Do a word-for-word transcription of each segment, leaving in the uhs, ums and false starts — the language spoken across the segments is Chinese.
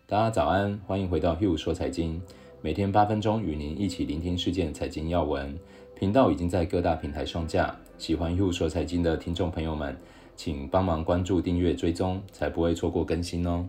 大家早安，欢迎回到 Hugh 说财经，每天八分钟与您一起聆听事件财经要闻。频道已经在各大平台上架，喜欢 Hugh 说财经的听众朋友们，请帮忙关注、订阅、追踪，才不会错过更新哦。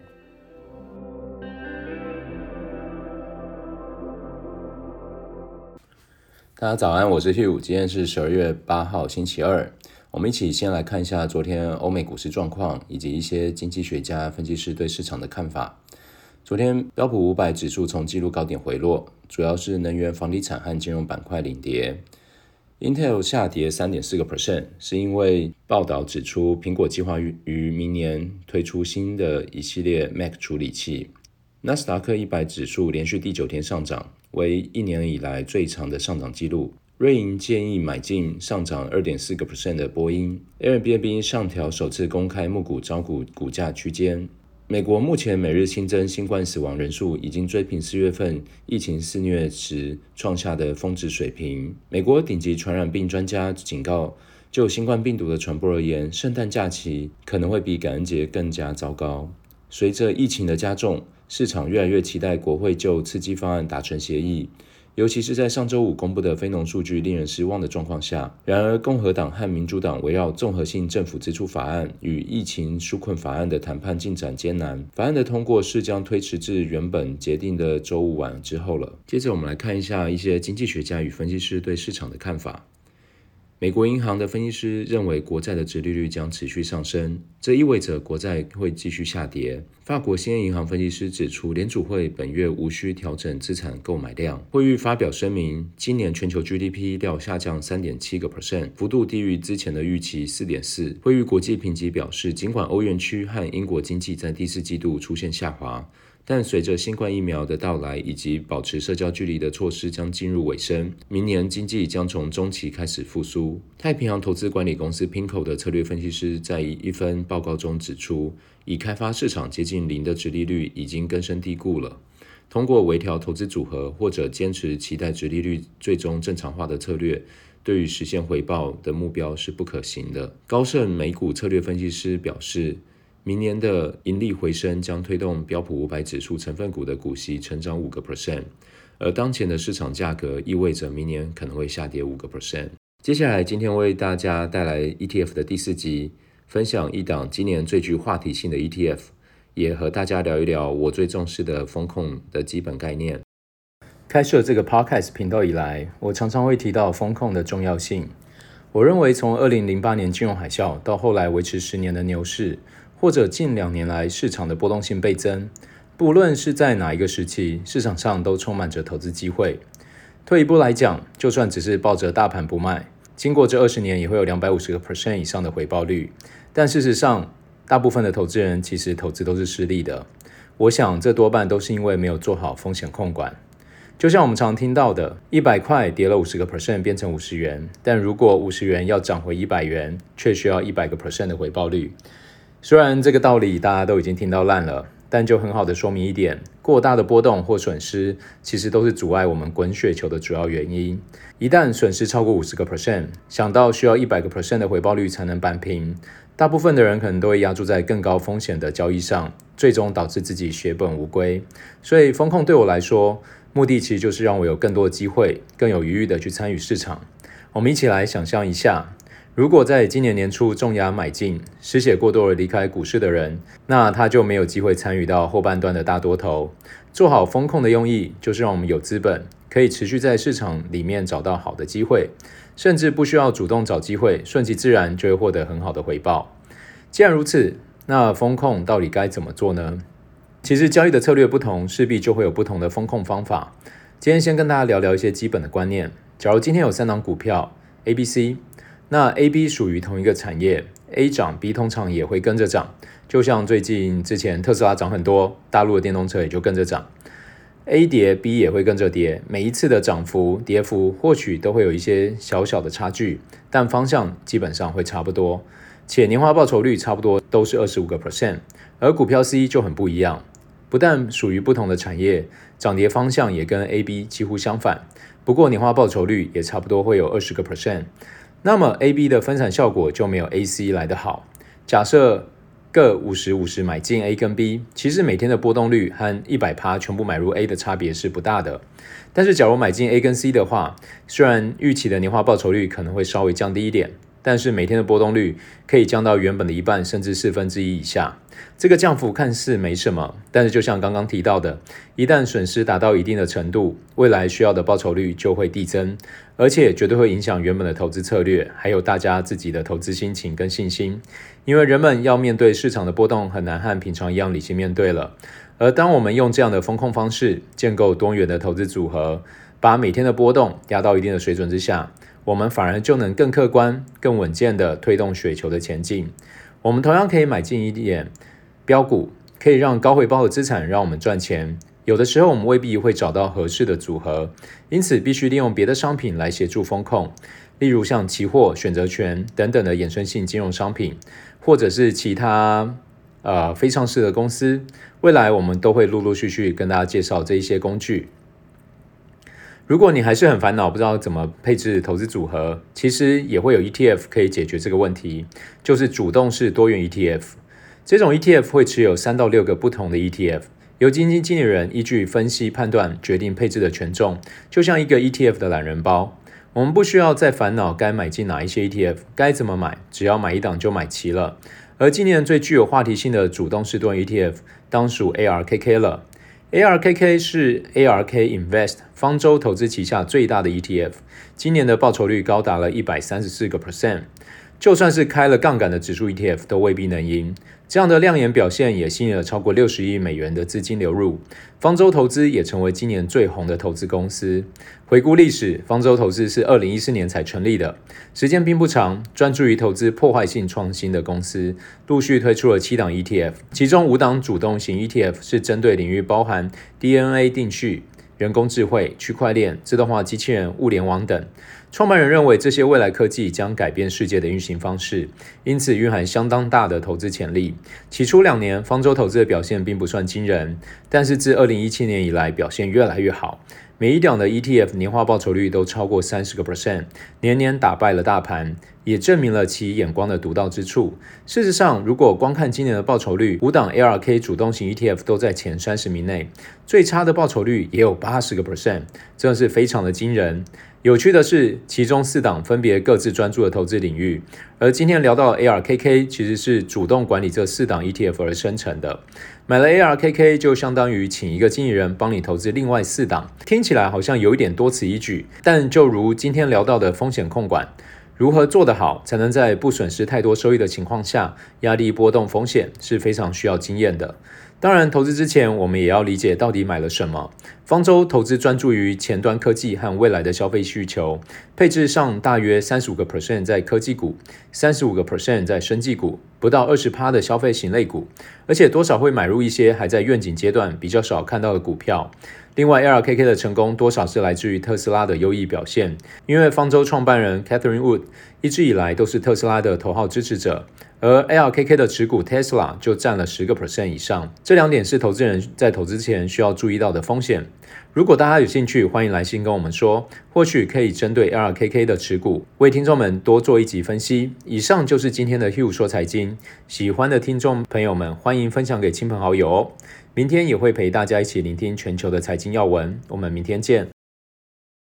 大家早安，我是 Hugh， 今天是十二月八号星期二。我们一起先来看一下昨天欧美股市状况，以及一些经济学家、分析师对市场的看法。昨天标普五百指数从纪录高点回落，主要是能源、房地产和金融板块领跌。Intel 下跌 百分之三点四 是因为报道指出苹果计划于明年推出新的一系列 Mac 处理器。纳斯达克一百指数连续第九天上涨，为一年以来最长的上涨纪录。瑞银建议买进上涨 百分之二点四 的波音。Airbnb 上调首次公开募股招股股价区间。美国目前每日新增新冠死亡人数已经追平四月份疫情肆虐时创下的峰值水平。美国顶级传染病专家警告，就新冠病毒的传播而言，圣诞假期可能会比感恩节更加糟糕。随着疫情的加重，市场越来越期待国会就刺激方案达成协议，尤其是在上周五公布的非农数据令人失望的状况下。然而，共和党和民主党围绕综合性政府支出法案与疫情纾困法案的谈判进展艰难，法案的通过是将推迟至原本决定的周五晚之后了。接着我们来看一下一些经济学家与分析师对市场的看法。美国银行的分析师认为国债的殖利率将持续上升，这意味着国债会继续下跌。法国兴业银行分析师指出，联储会本月无需调整资产购买量。惠誉发表声明，今年全球 G D P 料下降 百分之三点七， 幅度低于之前的预期 四点四。惠誉国际评级表示，尽管欧元区和英国经济在第四季度出现下滑，但随着新冠疫苗的到来以及保持社交距离的措施将进入尾声，明年经济将从中期开始复苏。太平洋投资管理公司 Pinko 的策略分析师在一份报告中指出，已开发市场接近零的殖利率已经根深蒂固了。通过微调投资组合或者坚持期待殖利率最终正常化的策略，对于实现回报的目标是不可行的。高盛美股策略分析师表示，明年的盈利回升将推动标普五百指数成分股的股息成长 百分之五， 而当前的市场价格意味着明年可能会下跌 百分之五。 接下来今天为大家带来 E T F 的第四集，分享一档今年最具话题性的 E T F， 也和大家聊一聊我最重视的风控的基本概念。开设这个 Podcast 频道以来，我常常会提到风控的重要性。我认为从二零零八年金融海啸到后来维持十年的牛市，或者近两年来市场的波动性倍增，不论是在哪一个时期，市场上都充满着投资机会。退一步来讲，就算只是抱着大盘不卖，经过这二十年也会有 百分之两百五十 以上的回报率。但事实上，大部分的投资人其实投资都是失利的。我想这多半都是因为没有做好风险控管。就像我们常听到的，一百块跌了 百分之五十 变成五十元，但如果五十元要涨回一百元，却需要 百分之百 的回报率。虽然这个道理大家都已经听到烂了，但就很好的说明一点，过大的波动或损失其实都是阻碍我们滚雪球的主要原因。一旦损失超过 百分之五十， 想到需要 百分之百 的回报率才能扳平，大部分的人可能都会押注在更高风险的交易上，最终导致自己血本无归。所以风控对我来说，目的其实就是让我有更多的机会，更有余裕的去参与市场。我们一起来想象一下，如果在今年年初重压买进，失血过多而离开股市的人，那他就没有机会参与到后半段的大多头。做好风控的用意，就是让我们有资本，可以持续在市场里面找到好的机会，甚至不需要主动找机会，顺其自然就会获得很好的回报。既然如此，那风控到底该怎么做呢？其实交易的策略不同，势必就会有不同的风控方法。今天先跟大家聊聊一些基本的观念。假如今天有三档股票 A、B、C，那 A、B 属于同一个产业， A 涨 B 通常也会跟着涨，就像最近之前特斯拉涨很多，大陆的电动车也就跟着涨。A 跌 B 也会跟着跌，每一次的涨幅跌幅或许都会有一些小小的差距，但方向基本上会差不多，且年化报酬率差不多都是 百分之二十五， 而股票 C 就很不一样，不但属于不同的产业，涨跌方向也跟 A、B 几乎相反，不过年化报酬率也差不多会有 百分之二十。那么 A、B 的分散效果就没有 A、C 来得好。假设各五十五十买进 A 跟 B， 其实每天的波动率和 百分之一百 全部买入 A 的差别是不大的。但是假如买进 A 跟 C 的话，虽然预期的年化报酬率可能会稍微降低一点，但是每天的波动率可以降到原本的一半甚至四分之一以下。这个降幅看似没什么，但是就像刚刚提到的，一旦损失达到一定的程度，未来需要的报酬率就会递增，而且绝对会影响原本的投资策略，还有大家自己的投资心情跟信心。因为人们要面对市场的波动很难和平常一样理性面对了。而当我们用这样的风控方式建构多元的投资组合，把每天的波动压到一定的水准之下，我们反而就能更客观、更稳健地推动雪球的前进。我们同样可以买进一点标股，可以让高回报的资产让我们赚钱。有的时候我们未必会找到合适的组合，因此必须利用别的商品来协助风控，例如像期货、选择权等等的衍生性金融商品，或者是其他呃非上市的公司。未来我们都会陆陆续续跟大家介绍这一些工具。如果你还是很烦恼，不知道怎么配置投资组合，其实也会有 E T F 可以解决这个问题，就是主动式多元 E T F。这种 E T F 会持有三到六个不同的 E T F， 由基金经理人依据分析判断决定配置的权重，就像一个 E T F 的懒人包。我们不需要再烦恼该买进哪一些 E T F， 该怎么买，只要买一档就买齐了。而今年最具有话题性的主动式多元 E T F 当属 A R K K 了。A R K K 是 A R K Invest 方舟投资旗下最大的 E T F， 今年的报酬率高达了 百分之一百三十四。就算是开了杠杆的指数 E T F 都未必能赢。这样的亮眼表现也吸引了超过六十亿美元的资金流入，方舟投资也成为今年最红的投资公司。回顾历史，方舟投资是二零一四年才成立的，时间并不长，专注于投资破坏性创新的公司，陆续推出了七档 E T F， 其中五档主动型 E T F 是针对领域包含 D N A 定序、人工智慧、区块链、自动化机器人、物联网等。创办人认为这些未来科技将改变世界的运行方式，因此蕴含相当大的投资潜力。起初两年，方舟投资的表现并不算惊人，但是自二零一七年以来表现越来越好。每一档的 E T F 年化报酬率都超过 百分之三十， 年年打败了大盘，也证明了其眼光的独到之处。事实上，如果光看今年的报酬率，五档 A R K 主动型 E T F 都在前三十名内，最差的报酬率也有 百分之八十， 真的是非常的惊人。有趣的是，其中四档分别各自专注的投资领域，而今天聊到的 A R K K 其实是主动管理这四档 E T F 而生成的。买了 A R K K 就相当于请一个经纪人帮你投资另外四档，听起来好像有一点多此一举，但就如今天聊到的风险控管，如何做得好，才能在不损失太多收益的情况下压低波动风险，是非常需要经验的。当然，投资之前我们也要理解到底买了什么。方舟投资专注于前端科技和未来的消费需求，配置上大约 百分之三十五 在科技股， 百分之三十五 在生技股，不到 百分之二十 的消费型类股，而且多少会买入一些还在愿景阶段比较少看到的股票。另外 A R K K 的成功多少是来自于特斯拉的优异表现，因为方舟创办人 Catherine Wood 一直以来都是特斯拉的头号支持者，而 A R K K 的持股 Tesla 就占了 百分之十 以上。这两点是投资人在投资前需要注意到的风险。如果大家有兴趣，欢迎来信跟我们说，或许可以针对 A R K K 的持股为听众们多做一集分析。以上就是今天的 Hugh 说财经，喜欢的听众朋友们欢迎分享给亲朋好友哦。明天也会陪大家一起聆听全球的财经要闻，我们明天见。